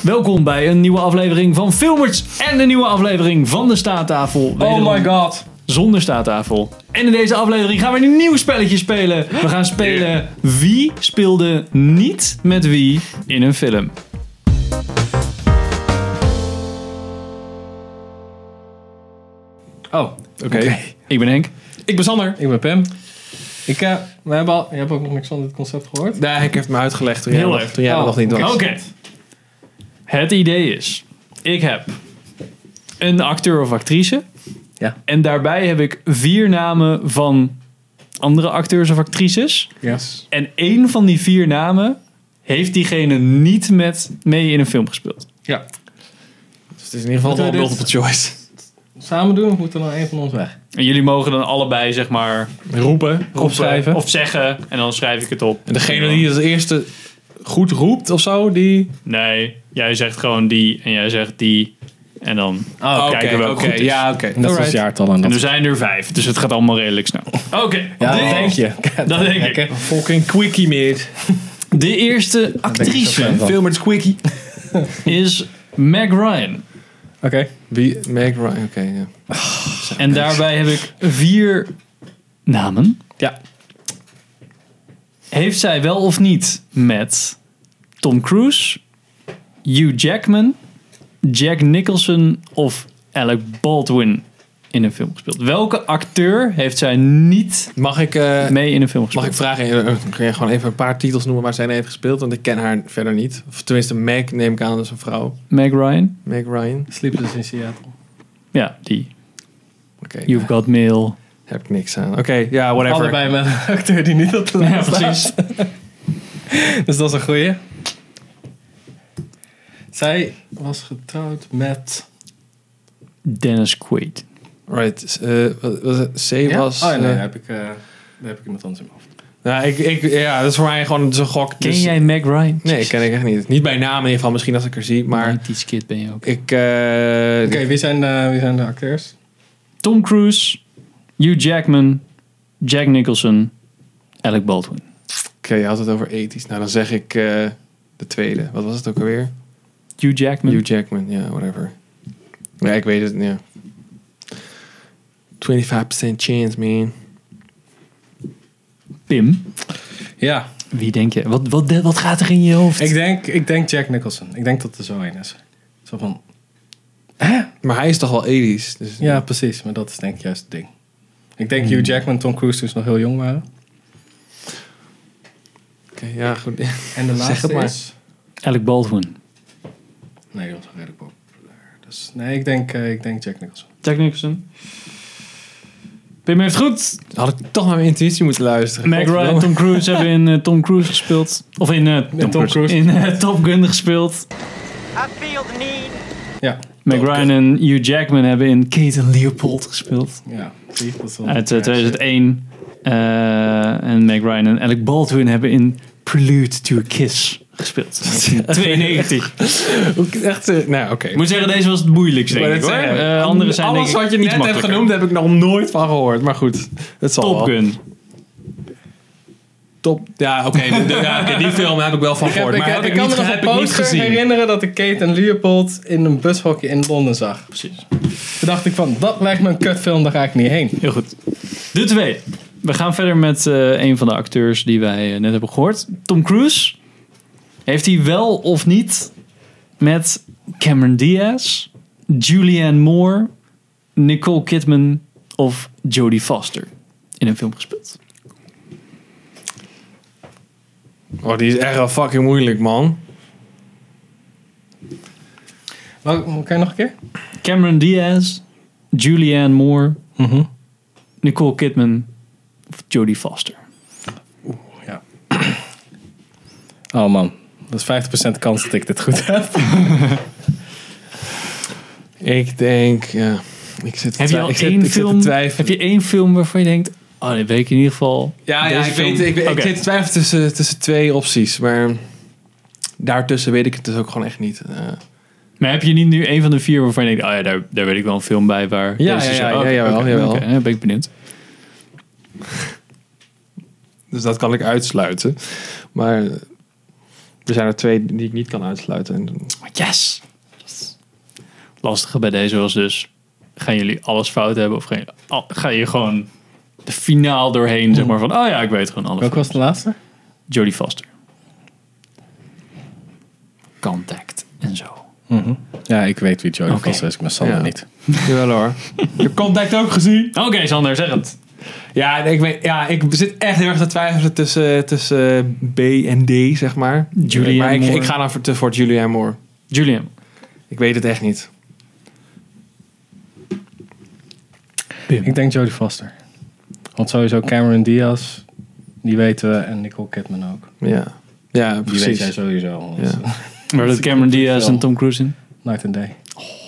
Welkom bij een nieuwe aflevering van Filmers en een nieuwe aflevering van de Staattafel. Oh my god. Zonder Staattafel. En in deze aflevering gaan we een nieuw spelletje spelen. We gaan spelen Wie speelde niet met wie in een film. Oh, oké. Ik ben Henk. Ik ben Sander. Ik ben Pam. Je hebt ook nog niks van dit concept gehoord? Nee, ik heb het me uitgelegd toen Heel jij erg. er nog niet was. Oké. Het idee is, ik heb een acteur of actrice. Ja. En daarbij heb ik 4 namen van andere acteurs of actrices. Yes. En 1 van die 4 namen heeft diegene niet mee in een film gespeeld. Ja. Dus het is in ieder geval wel multiple choice. Samen doen of moet er dan een van ons weg? En jullie mogen dan allebei zeg maar Roepen, opschrijven. of zeggen en dan schrijf ik het op. En degene die als eerste goed roept of zo, die... Nee, jij zegt gewoon die en jij zegt die. En dan kijken we welke goed is. Ja, oké. Dat is het jaartal en En er zijn er 5, dus het gaat allemaal redelijk snel. Oké. Ja, dat denk je. Dat denk ik. Fucking quickie, mate. De eerste actrice Film met quickie. is Meg Ryan. Oké. Wie? Meg Ryan, oké, ja. En daarbij heb ik 4 namen. Ja. Heeft zij wel of niet met Tom Cruise, Hugh Jackman, Jack Nicholson of Alec Baldwin in een film gespeeld? Welke acteur heeft zij niet Mag ik mee in een film gespeeld? vragen, kun je gewoon even een paar titels noemen waar zij in heeft gespeeld? Want ik ken haar verder niet. Of tenminste, Meg neem ik aan, dat is een vrouw. Meg Ryan? Meg Ryan. Sleepless in Seattle. Ja, die. Oké, You've Got Mail. heb ik niks aan. Oké, ja, whatever. Allebei met een acteur die niet op de lijst staat. Precies. Dus dat is een goeie. Zij was getrouwd met... Dennis Quaid. Right, wat was het? C was... Oh nee, daar heb ik iemand anders in mijn hoofd. Nou, ja, dat is voor mij gewoon zo'n gok. Ken Dus- jij Meg Ryan? Nee, ken ik echt niet. Niet bij naam in ieder geval, misschien als ik er zie, maar 90's kid ben je ook. ik... Oké, wie zijn de acteurs? Tom Cruise, Hugh Jackman, Jack Nicholson, Alec Baldwin. Oké, je had het over ethisch. Nou, dan zeg ik de tweede. Wat was het ook alweer? Hugh Jackman. Hugh Jackman, ja, whatever. Ja, ik weet het, ja. 25% chance, man. Pim. Ja. Wie denk je? Wat gaat er in je hoofd? Ik denk Jack Nicholson. Ik denk dat er zo een is. Zo van... Maar hij is toch wel ethisch? Dus Ja, precies. Maar dat is denk ik juist het ding. Ik denk Hugh Jackman en Tom Cruise toen ze nog heel jong waren. Oké, ja, goed. En de Zeg laatste het maar. is... Alec Baldwin. Nee, die was wel redelijk populair. Dus nee, ik denk Jack Nicholson. Jack Nicholson. Pim heeft goed. Had ik toch naar mijn intuïtie moeten luisteren. Meg Ryan en Tom Cruise hebben in Tom Cruise gespeeld. Of in Tom Cruise. In Top Gun gespeeld. I feel the need. Ja. Meg Ryan en Hugh Jackman hebben in Kate en Leopold gespeeld. Ja. Zie, dat is wel Uit 2001. En Meg Ryan en Alec Baldwin hebben in Prelude to a Kiss gespeeld. 92. Echt, nou, oké. Ik moet zeggen, deze was het moeilijkste, denk ik, hoor. Andere zijn Alles denk ik wat je iets net hebt makkelijker. genoemd, heb ik nog nooit van gehoord. Maar goed, het zal Top wel. Gun. Top. Ja, oké. Die film heb ik wel van gehoord. Maar heb ik kan niet, me nog heb een ik niet poster gezien. herinneren dat ik Kate en Leopold in een bushokje in Londen zag. Precies. Toen dacht ik van, dat lijkt me een kutfilm, daar ga ik niet heen. Heel goed. De tweede. We gaan verder met een van de acteurs die wij net hebben gehoord. Tom Cruise. Heeft hij wel of niet met Cameron Diaz, Julianne Moore, Nicole Kidman of Jodie Foster in een film gespeeld? Oh, die is echt wel fucking moeilijk, man. Kan je nog een keer? Cameron Diaz, Julianne Moore, Nicole Kidman of Jodie Foster? Ja. Oh man, dat is 50% kans dat ik dit goed heb. Ik denk, ja. Ik zit Heb je al één film? Heb je één film waarvan je denkt, oh, dit weet ik in ieder geval. Ja, Deze ik film- weet. Ik Oké. zit te twijfelen tussen 2 opties. Maar daartussen weet ik het dus ook gewoon echt niet. Maar heb je niet nu een van de 4 waarvan je denkt, oh ja, daar weet ik wel een film bij waar Ja, deze ja, zo- ja, oké, jawel, oké, jawel. oké, dan ben ik benieuwd. Dus dat kan ik uitsluiten. Maar Er zijn er 2 die ik niet kan uitsluiten. Yes! Lastige bij deze was dus... Gaan jullie alles fout hebben? Of ga je gewoon de finaal doorheen, zeg maar, van... Oh ja, ik weet gewoon alles. Welke was de laatste? Jodie Foster. Contact en zo. Ja, ik weet wie Jodie Foster is. Ik ben Sander niet. Jawel hoor. Je hebt Contact ook gezien? Oké, Sander, zeg het. Ja, ik zit echt heel erg te twijfelen tussen B en D, zeg maar. Julianne maar Moore. ik ga dan voor Julianne Moore. Julian. Ik weet het echt niet. Ik denk Jodie Foster. Want sowieso Cameron Diaz, die weten we, en Nicole Kidman ook. Ja, Die precies. weet jij sowieso. Ja. Waar zit Cameron Diaz en Tom Cruise in? Night and Day.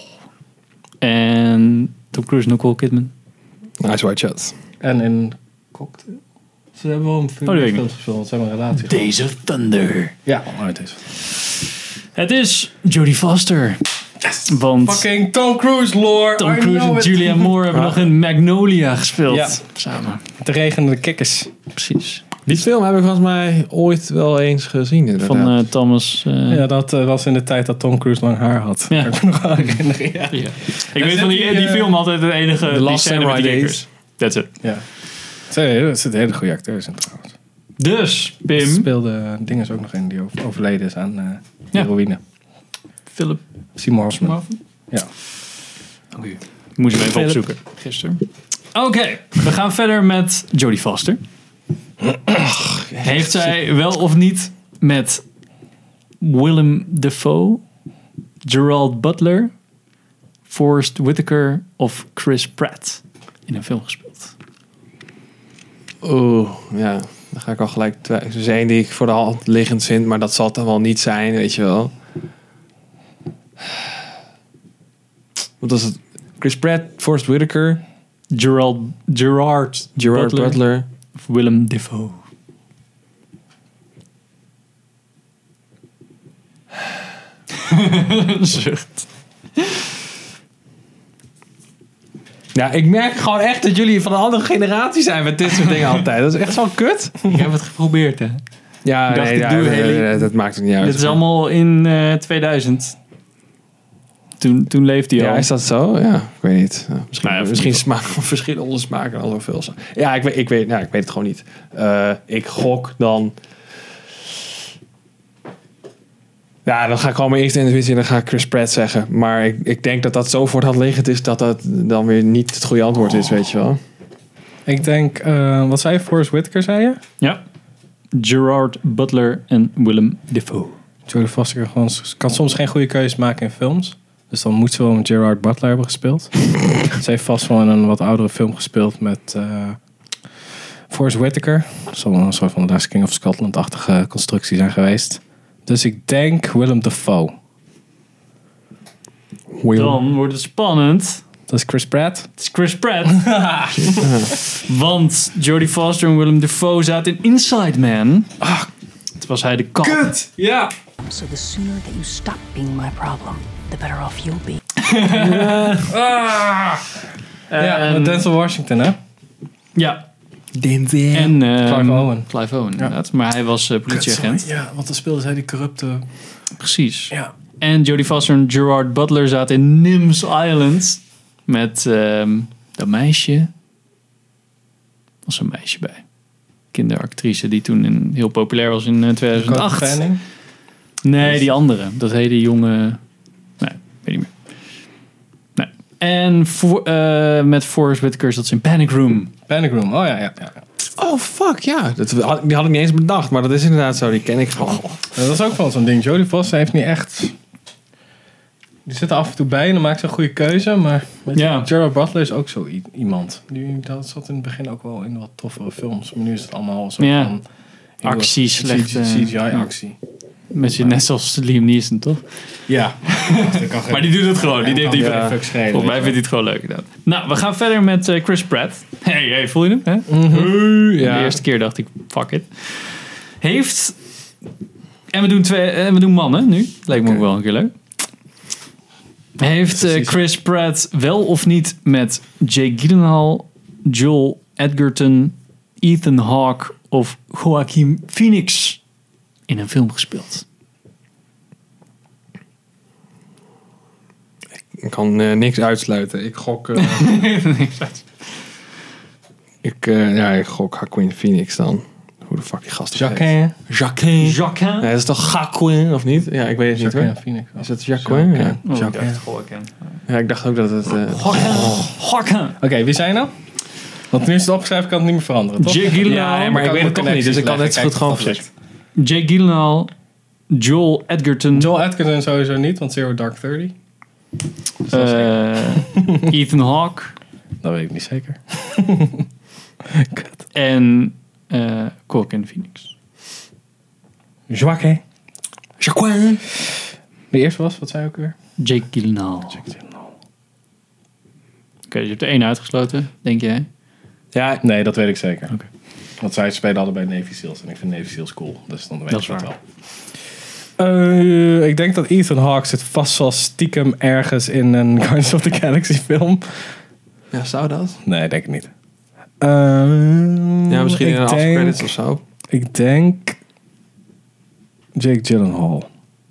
En Tom Cruise en Nicole Kidman. Nice White Shot. En in Cocktail. Ze hebben wel een film die weet ik niet. gespeeld. Ze hebben een relatie. Days of Thunder. Ja, het is. Het is Jodie Foster. Yes. Want Fucking Tom Cruise lore. Tom Cruise en Julianne Moore hebben nog in Magnolia gespeeld. Ja. Samen. De regenende kikkers. Precies. Die film heb ik volgens mij ooit wel eens gezien. Inderdaad. Van Thomas... Ja, dat was in de tijd dat Tom Cruise lang haar had. Ja. Kan ik me nog wel herinneren. Ja. Ja. Ik weet van die film altijd het enige... The die Last scène Samurai met die Days. That's it. Ja. Er zitten hele goede acteurs in trouwens. Dus, Er Pim. speelde dingen ook nog in die overleden is aan heroïne. Philip Seymour Hoffman. Hoffman. Ja. Oké. Ik moest hem even opzoeken. Gisteren. Oké, we gaan verder met Jodie Foster. Heeft zij wel of niet met Willem Dafoe, Gerald Butler, Forrest Whitaker of Chris Pratt in een film gespeeld? Oeh, ja. Dan ga ik al gelijk twijfelen. Er is één die ik voor de hand liggend vind, maar dat zal het dan wel niet zijn, weet je wel. Wat was het? Chris Pratt, Forrest Whitaker, Gerard Butler. of Willem Dafoe. Zucht. Ja, ik merk gewoon echt dat jullie van een andere generatie zijn met dit soort dingen altijd. Dat is echt zo kut. Ik heb het geprobeerd, hè. Ja, Ik dacht, nee, ik doe hele- dat maakt het niet uit. Dit is allemaal in 2000. Toen leefde hij al. Ja, is dat zo? Ja, ik weet niet. Ja, misschien Nou ja, misschien verschillen onze smaken al zoveel. Ja, ik weet het gewoon niet. Ik gok dan... Ja, dan ga ik gewoon mijn eerste intuïtie en dan ga ik Chris Pratt zeggen. Maar ik denk dat dat zo voor het hand liggend is dat dat dan weer niet het goede antwoord is, weet je wel. Ik denk, wat zei je? Forrest Whitaker zei je? Ja. Gerard Butler en Willem Dafoe. Jodie Foster kan soms geen goede keuzes maken in films. Dus dan moet ze wel met Gerard Butler hebben gespeeld. Ze heeft vast wel in een wat oudere film gespeeld met Forrest Whitaker. Dat zal wel een soort van Last King of Scotland-achtige constructie zijn geweest. Dus ik denk Willem Dafoe. Dan wordt het spannend. Dat is Chris Pratt. Het is Chris Pratt. Want Jodie Foster en Willem Dafoe zaten in Inside Man. Het was hij de kop. Kut! Ja! So the sooner that you stop being my problem, the better off you'll be. Ja, met Denzel Washington, hè? Ja. Denzel. En Clive Owen. Clive Owen, inderdaad. Maar hij was politieagent. Ja, want dan speelde zij die corrupte... Precies. Ja. En Jodie Foster en Gerard Butler zaten in Nims Island. Met dat meisje. Was een meisje bij. Kinderactrice die toen heel populair was in 2008. Dakota Fanning. Nee, die andere. Dat hele jonge... Nee, weet niet meer. Nee. En met Forrest Whitaker zat ze in Panic Room. Panic Room, oh ja. Oh, fuck, ja. Die had ik niet eens bedacht, maar dat is inderdaad zo. Die ken ik gewoon. Dat is ook wel zo'n ding. Jodie Foster heeft niet echt... Die zit er af en toe bij en dan maakt ze een goede keuze. Maar Gerard Butler is ook zo iemand. Dat zat in het begin ook wel in wat toffere films. Maar nu is het allemaal zo van... Actie, slechte... CGI-actie. Net zoals Liam Neeson, toch? Ja. Maar die doet het gewoon. Die deed Volgens Volgens mij vindt hij het gewoon leuk gedaan. Nou, we gaan verder met Chris Pratt. Hey, voel je hem? Hè? Ja. De eerste keer dacht ik, fuck it. Heeft... En we doen mannen nu. Lijkt me ook wel een keer leuk. Heeft Chris Pratt wel of niet met Jake Gyllenhaal, Joel Edgerton, Ethan Hawke of Joaquin Phoenix in een film gespeeld? Ik kan niks uitsluiten. Ik gok... ik gok Joaquin Phoenix dan. Hoe de fuck die gast Jacquin. Jacquin. Nee, dat is toch Joaquin, of niet? Ja, ik weet het niet hoor. Phoenix. Is het Jacquin? Ja. Joaquin. Ja, ik dacht ook dat het... Joaquin. Oké, wie zijn nou? Want nu is het opgeschreven, kan het niet meer veranderen, toch? Jake Gyllenhaal. Ja, maar ik weet het toch niet, dus ik kan net zo goed gewoon verzeggen. Jake Gyllenhaal. Joel Edgerton. Joel Edgerton sowieso niet, want Zero Dark 30. Ethan Hawke. Dat weet ik niet zeker. Kut. En Joaquin Phoenix. Joaquin. Jacquin. De eerste was, wat zei je ook weer? Jake Gyllenhaal. Oké, dus je hebt er één uitgesloten, denk jij? Ja, Nee, dat weet ik zeker. Oké. Want zij spelen allebei Navy Seals en ik vind Navy Seals cool. Dus dan weet Dat ik is dat waar. wel. Ik denk dat Ethan Hawke zit vast wel stiekem ergens in een Guardians of the Galaxy film. ja, zou dat? Nee, denk ik niet. Ja, misschien in een afcredits of zo. Ik denk Jake Gyllenhaal.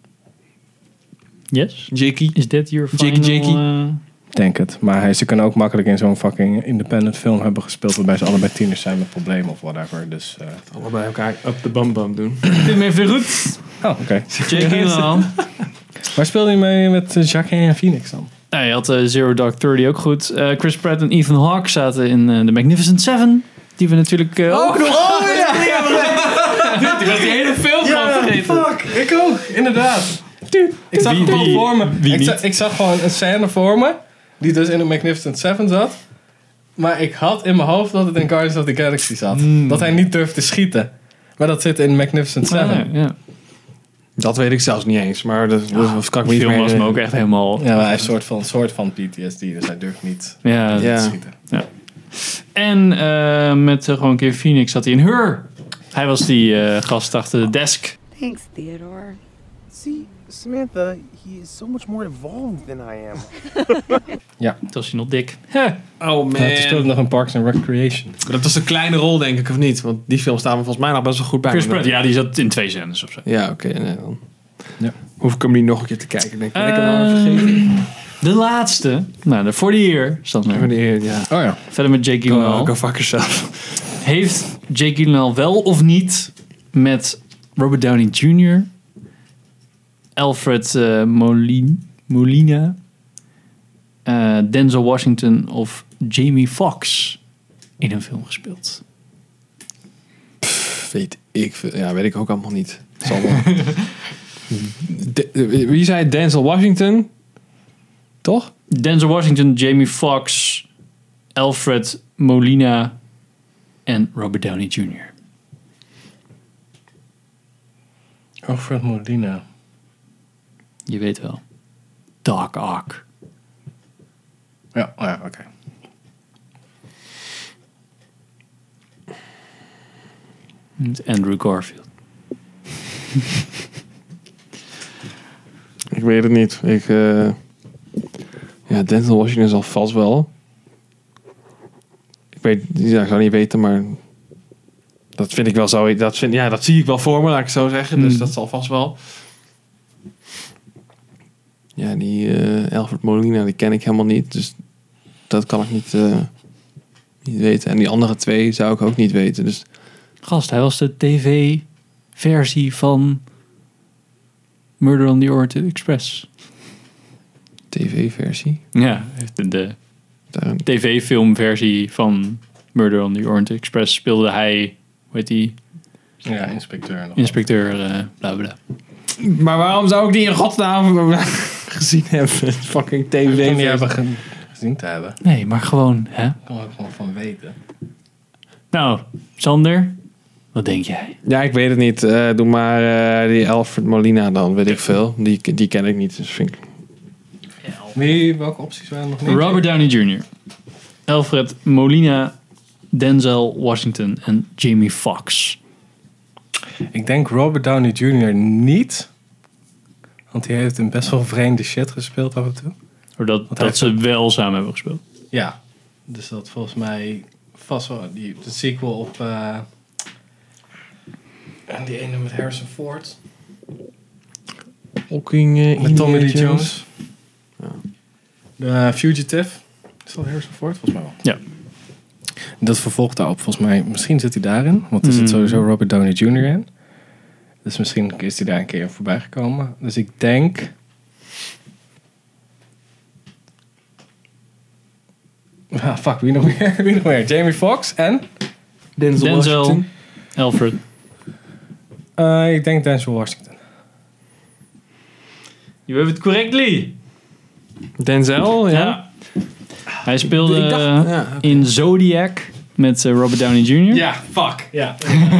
Yes? Jakey. Is dit your Jakey, final... Jakey. Denk het. Maar ze kunnen ook makkelijk in zo'n fucking independent film hebben gespeeld waarbij ze allebei tieners zijn met problemen of whatever. Dus, Allebei elkaar op de bam doen. Dit me even goed. oh, oké. Jake Gyllenhaal. Waar speelde je mee met Jacquin en Phoenix dan? Nou, je had Zero Dark 30 ook goed. Chris Pratt en Ethan Hawke zaten in The Magnificent Seven. Die we natuurlijk ook nog... Oh ja! Die was die hele film gewoon vergeten. Fuck, ik ook, inderdaad. Ik zag het gewoon voor me. Ik zag gewoon een scène voor me, die dus in de Magnificent Seven zat. Maar ik had in mijn hoofd dat het in Guardians of the Galaxy zat. Dat hij niet durfde schieten. Maar dat zit in Magnificent Seven. Ja. Dat weet ik zelfs niet eens, maar dat kan ik Die niet film meer... was me ook echt helemaal... Ja, maar hij heeft een soort van PTSD, dus hij durft niet Ja. Ja. te schieten. En met gewoon een keer Phoenix zat hij in Her. Hij was die gast achter de desk. Thanks, Theodore. See, Samantha, he is so much more evolved than I am. Toen was hij nog dik. Huh. Oh man. Hij speelde nog een Parks and Recreation. Dat was een kleine rol, denk ik, of niet? Want die film staan we volgens mij nog best wel goed bij. Chris Pratt, ja, die zat in 2 scènes of zo. Ja, oké. Nee, dan Ja. hoef ik hem niet nog een keer te kijken. Denk ik. Ben ik hem al vergeten? De laatste, nou, de For the Year, stond er. Ja. Oh ja. Verder met Jake Gyllenhaal. Go fuck yourself. Heeft Jake Gyllenhaal wel of niet met Robert Downey Jr., Alfred Molina, Denzel Washington of Jamie Foxx in een film gespeeld? Weet ik veel. Ja, weet ik ook allemaal niet. Zal wel. Wie zei Denzel Washington? Toch? Denzel Washington, Jamie Foxx, Alfred Molina en Robert Downey Jr. Alfred Molina. Je weet wel. Doc Ock. Ja, oh ja, oké. Andrew Garfield. Ik weet het niet. Ja, Denzel Washington zal vast wel. Ik zou niet weten, maar dat vind ik wel zo. Dat zie ik wel voor me, laat ik het zo zeggen. Dus dat zal vast wel. Ja, die Alfred Molina, die ken ik helemaal niet. Dus dat kan ik niet weten. En die andere 2 zou ik ook niet weten. Dus Gast, hij was de tv-versie van Murder on the Orient Express. tv-versie. Ja, de tv-filmversie van Murder on the Orient Express speelde hij, hoe heet die? Ja, inspecteur. Nog Inspecteur, bla bla. Maar waarom zou ik die in godsnaam gezien hebben? Fucking tv. Ik niet hebben gezien te hebben. Nee, maar gewoon, hè? Ik kan er ook gewoon van weten. Nou, Sander, wat denk jij? Ja, ik weet het niet. Doe maar die Alfred Molina dan, weet ik veel. Die ken ik niet, dus vind ik... Welke opties waren er nog niet? Robert Downey Jr., Alfred Molina, Denzel Washington en Jamie Foxx. Ik denk Robert Downey Jr. niet. Want hij heeft een best wel vreemde shit gespeeld af en toe. Dat ze wel samen hebben gespeeld. Ja. Dus dat volgens mij vast wel de sequel op... en die ene met Harrison Ford. Fucking Met Tommy Lee Jones. Ja. Fugitive. Is dat Harrison Ford? Volgens mij wel. Ja. Dat vervolgt daarop. Volgens mij, misschien zit hij daarin. Want er zit sowieso Robert Downey Jr. in. Dus misschien is hij daar een keer voorbij gekomen. Dus ik denk... Ah, fuck, wie nog meer? Jamie Foxx en? Denzel Washington. Alfred. Ik denk Denzel Washington. You have it correctly. Denzel, ja. Ja. Hij speelde Ik dacht- ja, oké. in Zodiac met Robert Downey Jr. Ja, fuck. Ja.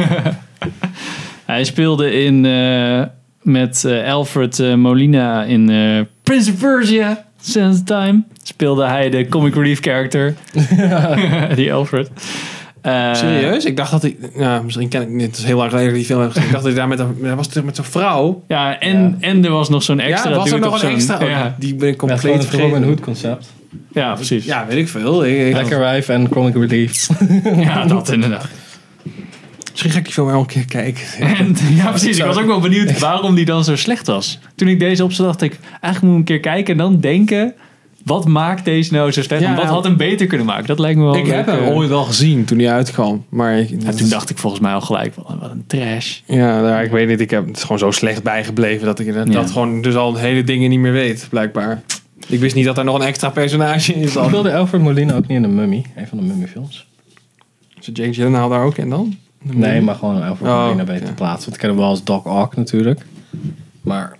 Hij speelde in met Alfred Molina in Prince of Persia. Sands of Time. Speelde hij de comic relief character. Die Alfred. Serieus? Ik dacht dat hij... Ja, misschien ken ik niet. Het is heel lang geleden dat die film heb gezien. Ik dacht dat hij daar met zo'n vrouw... Ja, en er was nog zo'n extra. Ja, was er dude nog op een zo'n- extra? Ja, Die ben ik Met gewoon compleet het Robin vergeten. Hood concept. ja, precies. Ja, weet ik veel. Lekker wijf en comic relief. Ja, dat inderdaad. Misschien ga ik die film wel een keer kijken. En, ja, precies. Ik was ook wel benieuwd waarom die dan zo slecht was. Toen ik deze opzette, dacht ik... Eigenlijk moet ik een keer kijken en dan denken... Wat maakt deze nou zo slecht? Ja, En wat ja. had hem beter kunnen maken? Dat lijkt me wel Ik heb leuk, hem ooit wel gezien toen hij uitkwam. Maar toen dacht ik volgens mij al gelijk... Wat een trash. Ja, nou, ik weet niet. Het is gewoon zo slecht bijgebleven dat ik dat gewoon dus al hele dingen niet meer weet, blijkbaar. Ik wist niet dat er nog een extra personage in zat. Speelde Alfred Molina ook niet in de Mummy? Een van de Mummy films? Is Jake Gyllenhaal daar ook in dan? Nee, maar gewoon Alfred Oh, Molina beter te plaatsen. Want ik ken hem wel als Doc Ock natuurlijk. Maar...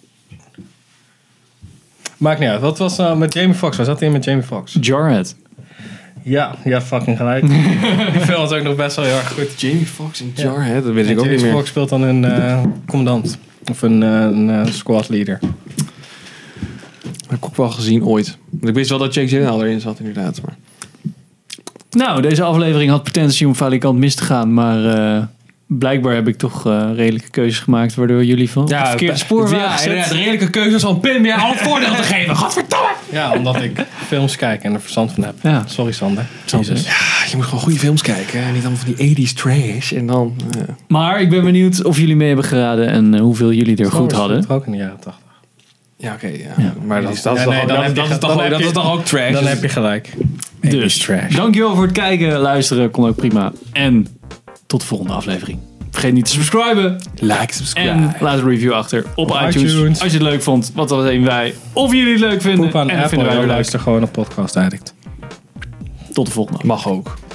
Maakt niet uit. Wat was met Jamie Foxx? Waar zat hij in met Jamie Foxx? Jarhead. Ja, fucking gelijk. Die film was ook nog best wel heel erg goed. Jamie Foxx in Jarhead, dat weet ik ook Jamie niet meer. Foxx speelt dan een commandant. Of een squad leader. Dat heb ik ook wel gezien ooit. Want ik wist wel dat Jake Gyllenhaal erin zat inderdaad. Maar... Nou, deze aflevering had potentie om valikant mis te gaan. Maar blijkbaar heb ik toch redelijke keuzes gemaakt... waardoor jullie van het verkeerde spoor waren gezet. de redelijke keuzes van Pim weer al het voordeel te geven. Godverdomme! Ja, omdat ik films kijk en er verstand van heb. Ja. Sorry Sander. Jezus. Je moet gewoon goede films kijken. En niet allemaal van die 80s trash. En dan... Maar ik ben benieuwd of jullie mee hebben geraden... en hoeveel jullie er goed hadden. Ook in de jaren 80. Ja, oké. Ja. Maar dat is Ja, nee, dan heb je- dan heb dat je- is toch ook trash? Dan heb je gelijk. Dus, trash. dankjewel voor het kijken, luisteren. Kon ook prima. En tot de volgende aflevering. Vergeet niet te subscriben. Like, subscribe. En laat een review achter op Op iTunes. iTunes. Als je het leuk vond, wat dat zijn wij. Of jullie het leuk vinden. Poep aan en dat Apple. vinden wij Ja, weer leuk. luister gewoon een podcast addict. Tot de volgende. Mag ook.